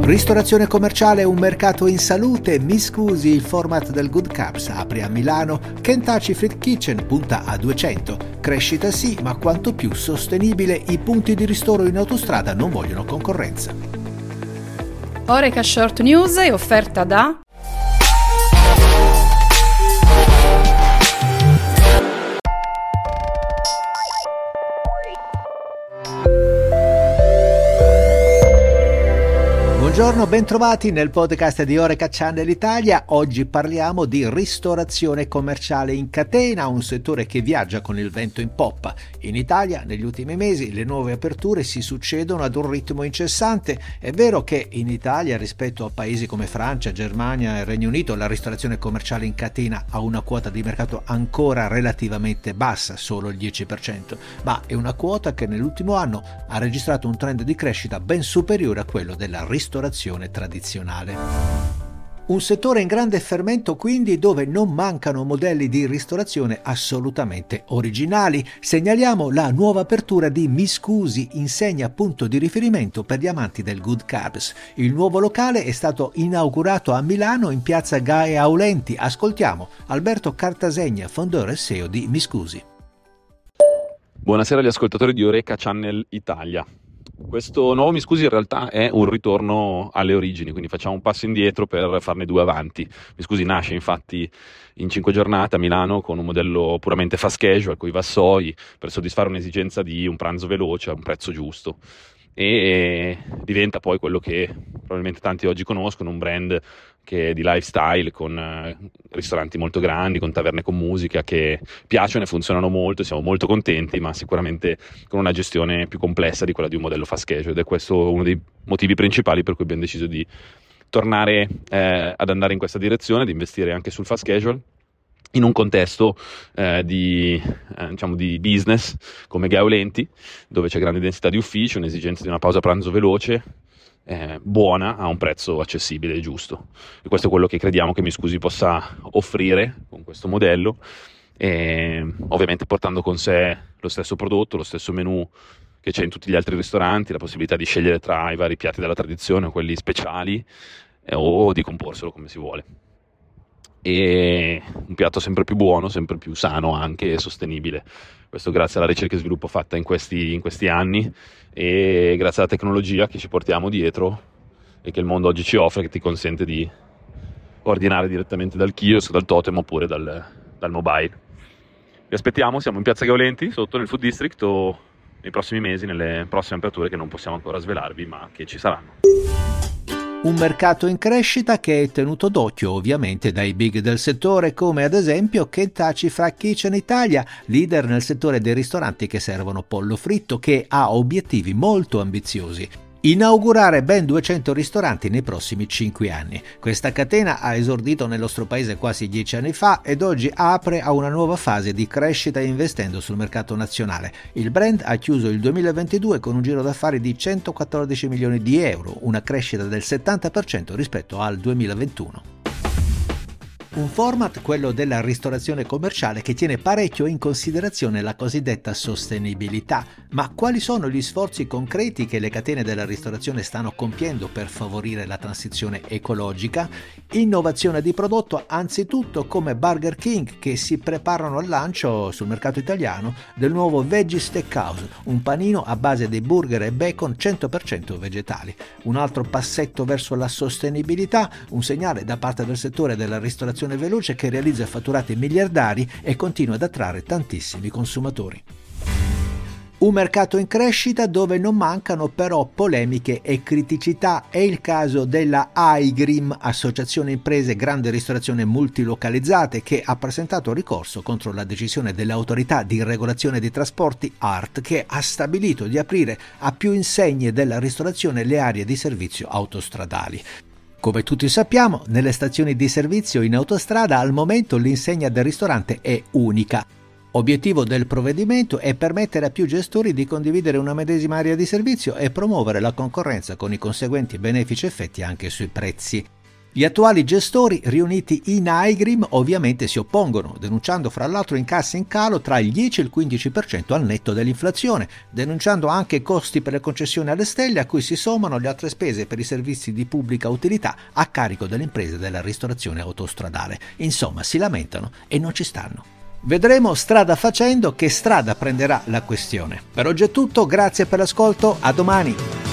Ristorazione commerciale, un mercato in salute, mi scusi, il format del Good Cups apre a Milano, Kentucky Fried Kitchen punta a 200, crescita sì, ma quanto più sostenibile, i punti di ristoro in autostrada non vogliono concorrenza. Oreca Short News è offerta da Buongiorno, bentrovati nel podcast di Oreca Channel Italia. Oggi parliamo di ristorazione commerciale in catena, un settore che viaggia con il vento in poppa. In Italia, negli ultimi mesi, le nuove aperture si succedono ad un ritmo incessante. È vero che in Italia, rispetto a paesi come Francia, Germania e Regno Unito, la ristorazione commerciale in catena ha una quota di mercato ancora relativamente bassa, solo il 10%, ma è una quota che nell'ultimo anno ha registrato un trend di crescita ben superiore a quello della ristorazione tradizionale. Un settore in grande fermento quindi, dove non mancano modelli di ristorazione assolutamente originali. Segnaliamo la nuova apertura di Mi Scusi, insegna punto di riferimento per gli amanti del Good Cups. Il nuovo locale è stato inaugurato a Milano in piazza Gae Aulenti. Ascoltiamo Alberto Cartasegna, fondatore e CEO di Mi Scusi. Buonasera agli ascoltatori di Oreca Channel Italia. Questo nuovo Mi Scusi in realtà è un ritorno alle origini, quindi facciamo un passo indietro per farne due avanti. Mi Scusi nasce infatti in 5 giornate a Milano con un modello puramente fast casual, con i vassoi, per soddisfare un'esigenza di un pranzo veloce a un prezzo giusto. E diventa poi quello che probabilmente tanti oggi conoscono, un brand che è di lifestyle, con ristoranti molto grandi, con taverne con musica che piacciono e funzionano molto, siamo molto contenti, ma sicuramente con una gestione più complessa di quella di un modello fast casual, ed è questo uno dei motivi principali per cui abbiamo deciso di tornare ad andare in questa direzione, di investire anche sul fast casual in un contesto di business come Gaeolenti, dove c'è grande densità di uffici, un'esigenza di una pausa pranzo veloce, buona, a un prezzo accessibile e giusto. E questo è quello che crediamo che Mi Scusi possa offrire con questo modello, ovviamente portando con sé lo stesso prodotto, lo stesso menù che c'è in tutti gli altri ristoranti, la possibilità di scegliere tra i vari piatti della tradizione o quelli speciali, o di comporselo come si vuole. E un piatto sempre più buono, sempre più sano anche e sostenibile. Questo grazie alla ricerca e sviluppo fatta in questi anni, e grazie alla tecnologia che ci portiamo dietro e che il mondo oggi ci offre, che ti consente di ordinare direttamente dal kiosk, dal totem oppure dal mobile. Vi aspettiamo, siamo in piazza Gaeolenti, sotto nel Food District, o nei prossimi mesi, nelle prossime aperture che non possiamo ancora svelarvi, ma che ci saranno. Un mercato in crescita che è tenuto d'occhio ovviamente dai big del settore, come ad esempio Kentucky Fried Kitchen Italia, leader nel settore dei ristoranti che servono pollo fritto, che ha obiettivi molto ambiziosi. Inaugurare ben 200 ristoranti nei prossimi 5 anni. Questa catena ha esordito nel nostro paese quasi 10 anni fa ed oggi apre a una nuova fase di crescita investendo sul mercato nazionale. Il brand ha chiuso il 2022 con un giro d'affari di 114 milioni di euro, una crescita del 70% rispetto al 2021. Un format, quello della ristorazione commerciale, che tiene parecchio in considerazione la cosiddetta sostenibilità. Ma quali sono gli sforzi concreti che le catene della ristorazione stanno compiendo per favorire la transizione ecologica? Innovazione di prodotto, anzitutto come Burger King, che si preparano al lancio sul mercato italiano del nuovo Veggie Steakhouse, un panino a base di burger e bacon 100% vegetali. Un altro passetto verso la sostenibilità, un segnale da parte del settore della ristorazione veloce che realizza fatturati miliardari e continua ad attrarre tantissimi consumatori. Un mercato in crescita dove non mancano però polemiche e criticità. È il caso della AIGRIM, Associazione Imprese Grande Ristorazione Multilocalizzate, che ha presentato ricorso contro la decisione dell'Autorità di Regolazione dei Trasporti ART, che ha stabilito di aprire a più insegne della ristorazione le aree di servizio autostradali. Come tutti sappiamo, nelle stazioni di servizio in autostrada al momento l'insegna del ristorante è unica. Obiettivo del provvedimento è permettere a più gestori di condividere una medesima area di servizio e promuovere la concorrenza con i conseguenti benefici effetti anche sui prezzi. Gli attuali gestori, riuniti in Aigrim, ovviamente si oppongono, denunciando fra l'altro incassi in calo tra il 10 e il 15% al netto dell'inflazione, denunciando anche costi per le concessioni alle stelle a cui si sommano le altre spese per i servizi di pubblica utilità a carico delle imprese della ristorazione autostradale. Insomma, si lamentano e non ci stanno. Vedremo strada facendo che strada prenderà la questione. Per oggi è tutto, grazie per l'ascolto, a domani!